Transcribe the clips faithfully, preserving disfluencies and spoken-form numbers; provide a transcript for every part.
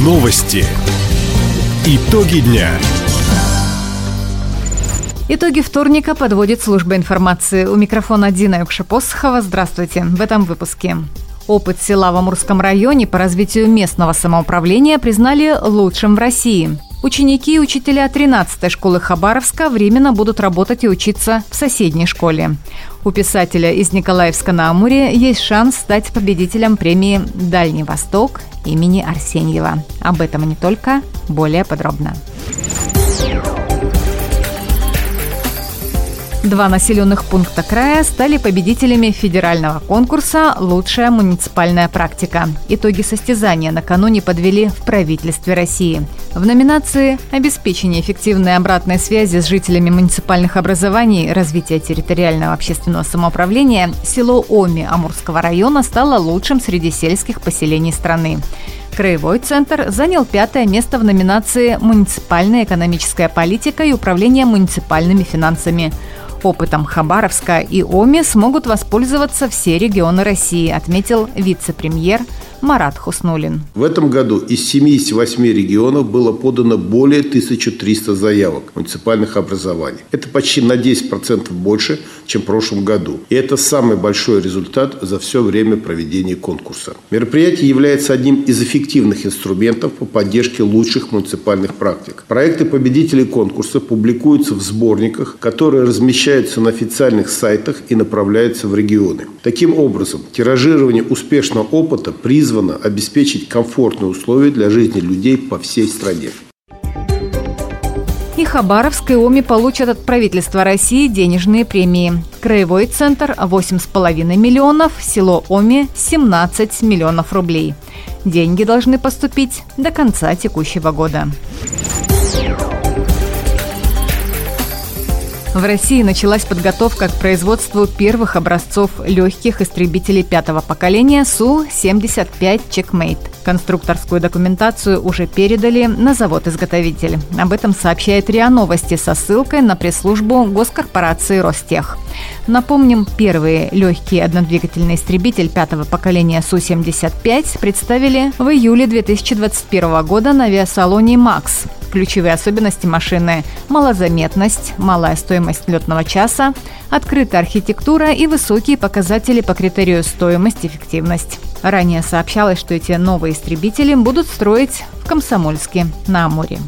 Новости. Итоги дня. Итоги вторника подводит служба информации. У микрофона Дина Юкша-Посохова. Здравствуйте. В этом выпуске. Опыт села в Амурском районе по развитию местного самоуправления признали лучшим в России. Ученики и учителя тринадцатой школы Хабаровска временно будут работать и учиться в соседней школе. У писателя из Николаевска на Амуре есть шанс стать победителем премии «Дальний Восток» имени Арсеньева. Об этом и не только, более подробно. Два населенных пункта края стали победителями федерального конкурса «Лучшая муниципальная практика». Итоги состязания накануне подвели в правительстве России. В номинации «Обеспечение эффективной обратной связи с жителями муниципальных образований, развитие территориального общественного самоуправления» село Оми Амурского района стало лучшим среди сельских поселений страны. Краевой центр занял пятое место в номинации «Муниципальная экономическая политика и управление муниципальными финансами». Опытом Хабаровска и Оми смогут воспользоваться все регионы России, отметил вице-премьер Марат Хуснуллин. В этом году из семидесяти восьми регионов было подано более тысячи триста заявок муниципальных образований. Это почти на десять процентов больше, чем в прошлом году. И это самый большой результат за все время проведения конкурса. Мероприятие является одним из эффективных инструментов по поддержке лучших муниципальных практик. Проекты победителей конкурса публикуются в сборниках, которые размещаются на официальных сайтах и направляются в регионы. Таким образом, тиражирование успешного опыта призвано обеспечить комфортные условия для жизни людей по всей стране. И Хабаровск и Оми получат от правительства России денежные премии. Краевой центр – восемь с половиной миллионов, село Оми – семнадцать миллионов рублей. Деньги должны поступить до конца текущего года. В России началась подготовка к производству первых образцов легких истребителей пятого поколения Су семьдесят пять Checkmate. Конструкторскую документацию уже передали на завод-изготовитель. Об этом сообщает РИА Новости со ссылкой на пресс-службу госкорпорации Ростех. Напомним, первые легкие однодвигательный истребитель пятого поколения Су семьдесят пять представили в июле две тысячи двадцать первого года на авиасалоне «Макс». Ключевые особенности машины – малозаметность, малая стоимость летного часа, открытая архитектура и высокие показатели по критерию стоимость-эффективность. Ранее сообщалось, что эти новые истребители будут строить в Комсомольске на Амуре.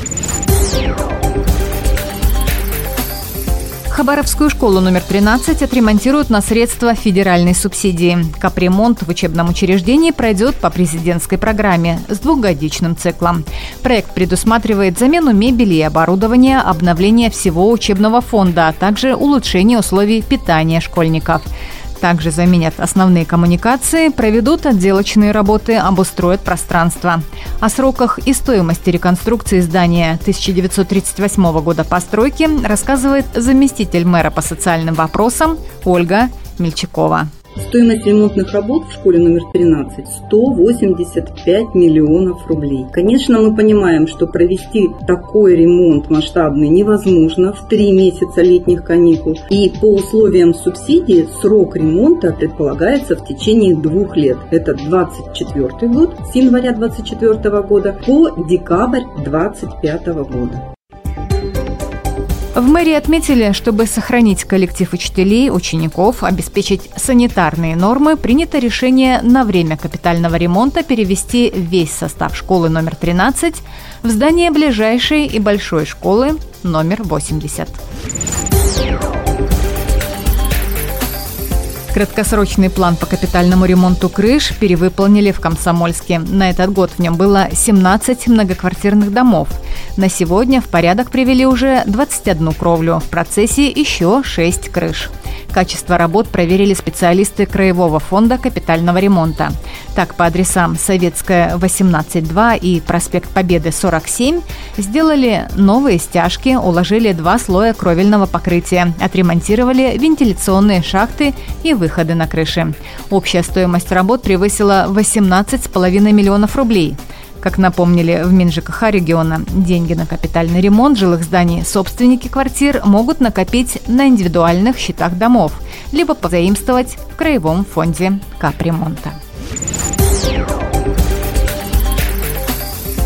Хабаровскую школу номер тринадцать отремонтируют на средства федеральной субсидии. Капремонт в учебном учреждении пройдет по президентской программе с двухгодичным циклом. Проект предусматривает замену мебели и оборудования, обновление всего учебного фонда, а также улучшение условий питания школьников. Также заменят основные коммуникации, проведут отделочные работы, обустроят пространство. О сроках и стоимости реконструкции здания тысяча девятьсот тридцать восьмого года постройки рассказывает заместитель мэра по социальным вопросам Ольга Мельчакова. Стоимость ремонтных работ в школе номер тринадцать – сто восемьдесят пять миллионов рублей. Конечно, мы понимаем, что провести такой ремонт масштабный невозможно в три месяца летних каникул. И по условиям субсидии срок ремонта предполагается в течение двух лет. Это двадцать четвёртый год, с января двадцать четвёртого года по декабрь двадцать пятого года. В мэрии отметили, чтобы сохранить коллектив учителей, учеников, обеспечить санитарные нормы, принято решение на время капитального ремонта перевести весь состав школы номер тринадцать в здание ближайшей и большой школы номер восемьдесят. Краткосрочный план по капитальному ремонту крыш перевыполнили в Комсомольске. На этот год в нем было семнадцать многоквартирных домов. На сегодня в порядок привели уже двадцать одну кровлю. В процессе еще шесть крыш. Качество работ проверили специалисты Краевого фонда капитального ремонта. Так, по адресам Советская, восемнадцать два и Проспект Победы, сорок семь сделали новые стяжки, уложили два слоя кровельного покрытия, отремонтировали вентиляционные шахты и выходы на крыши. Общая стоимость работ превысила восемнадцать с половиной миллионов рублей. Как напомнили в МинЖКХ региона, деньги на капитальный ремонт жилых зданий собственники квартир могут накопить на индивидуальных счетах домов, либо позаимствовать в Краевом фонде капремонта.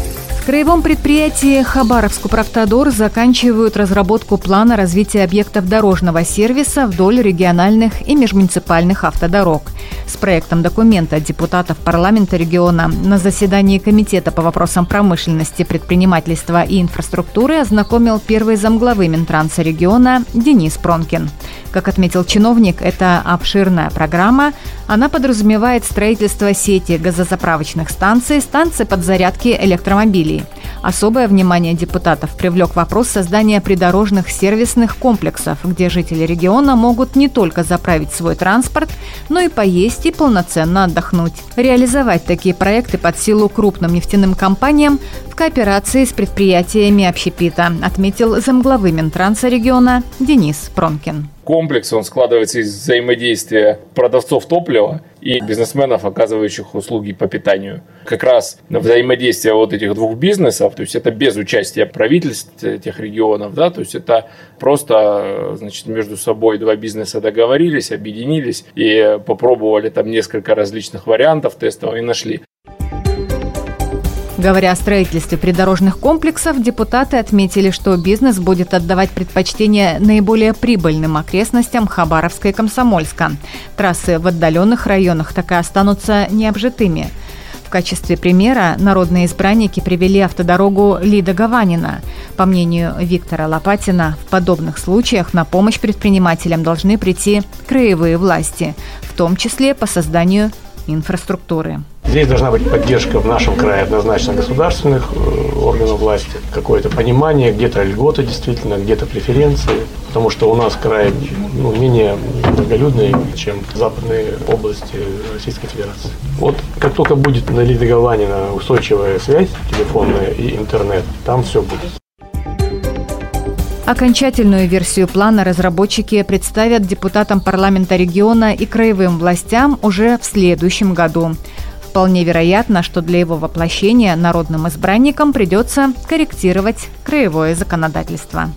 В краевом предприятии «Хабаровск-Управтодор» заканчивают разработку плана развития объектов дорожного сервиса вдоль региональных и межмуниципальных автодорог. С проектом документа депутатов парламента региона на заседании Комитета по вопросам промышленности, предпринимательства и инфраструктуры ознакомил первый замглавы Минтранса региона Денис Пронкин. Как отметил чиновник, это обширная программа. Она подразумевает строительство сети газозаправочных станций, станций подзарядки электромобилей. Особое внимание депутатов привлек вопрос создания придорожных сервисных комплексов, где жители региона могут не только заправить свой транспорт, но и поесть и полноценно отдохнуть. Реализовать такие проекты под силу крупным нефтяным компаниям в кооперации с предприятиями общепита, отметил замглавы Минтранса региона Денис Пронкин. Комплекс, он складывается из взаимодействия продавцов топлива и бизнесменов, оказывающих услуги по питанию. Как раз взаимодействие вот этих двух бизнесов, то есть это без участия правительств этих регионов, да, то есть это просто, значит, между собой два бизнеса договорились, объединились и попробовали там несколько различных вариантов тестов и нашли. Говоря о строительстве придорожных комплексов, депутаты отметили, что бизнес будет отдавать предпочтение наиболее прибыльным окрестностям Хабаровска и Комсомольска. Трассы в отдаленных районах так и останутся необжитыми. В качестве примера народные избранники привели автодорогу Лида-Гаванина. По мнению Виктора Лопатина, в подобных случаях на помощь предпринимателям должны прийти краевые власти, в том числе по созданию инфраструктуры. Здесь должна быть поддержка в нашем крае однозначно государственных органов власти, какое-то понимание, где-то льготы действительно, где-то преференции, потому что у нас край ну, менее многолюдный, чем западные области Российской Федерации. Вот как только будет на Лиде-Гаванина устойчивая связь телефонная и интернет, там все будет. Окончательную версию плана разработчики представят депутатам парламента региона и краевым властям уже в следующем году. Вполне вероятно, что для его воплощения народным избранникам придется корректировать краевое законодательство.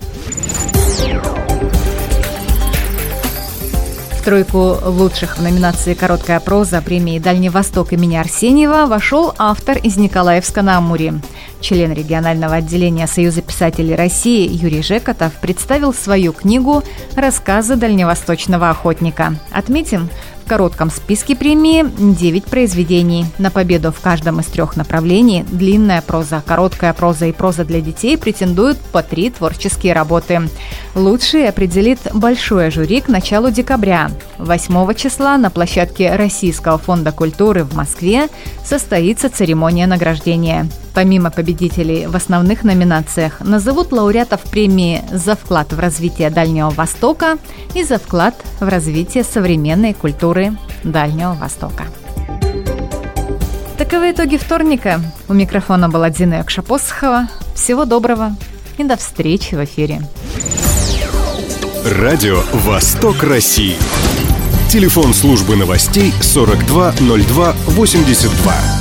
В тройку лучших в номинации «Короткая проза» премии «Дальний Восток» имени Арсеньева вошел автор из Николаевска-на-Амуре. Член регионального отделения Союза писателей России Юрий Жекотов представил свою книгу «Рассказы дальневосточного охотника». Отметим, в коротком списке премии девять произведений. На победу в каждом из трех направлений – длинная проза, короткая проза и проза для детей – претендуют по три творческие работы. Лучшие определит большое жюри к началу декабря. восьмого числа на площадке Российского фонда культуры в Москве состоится церемония награждения. Помимо победителей в основных номинациях назовут лауреатов премии за вклад в развитие Дальнего Востока и за вклад в развитие современной культуры Дальнего Востока. Таковы итоги вторника. У микрофона была Дина Якшапосхова. Всего доброго и до встречи в эфире. Радио «Восток России». Телефон службы новостей сорок два ноль два восемьдесят два.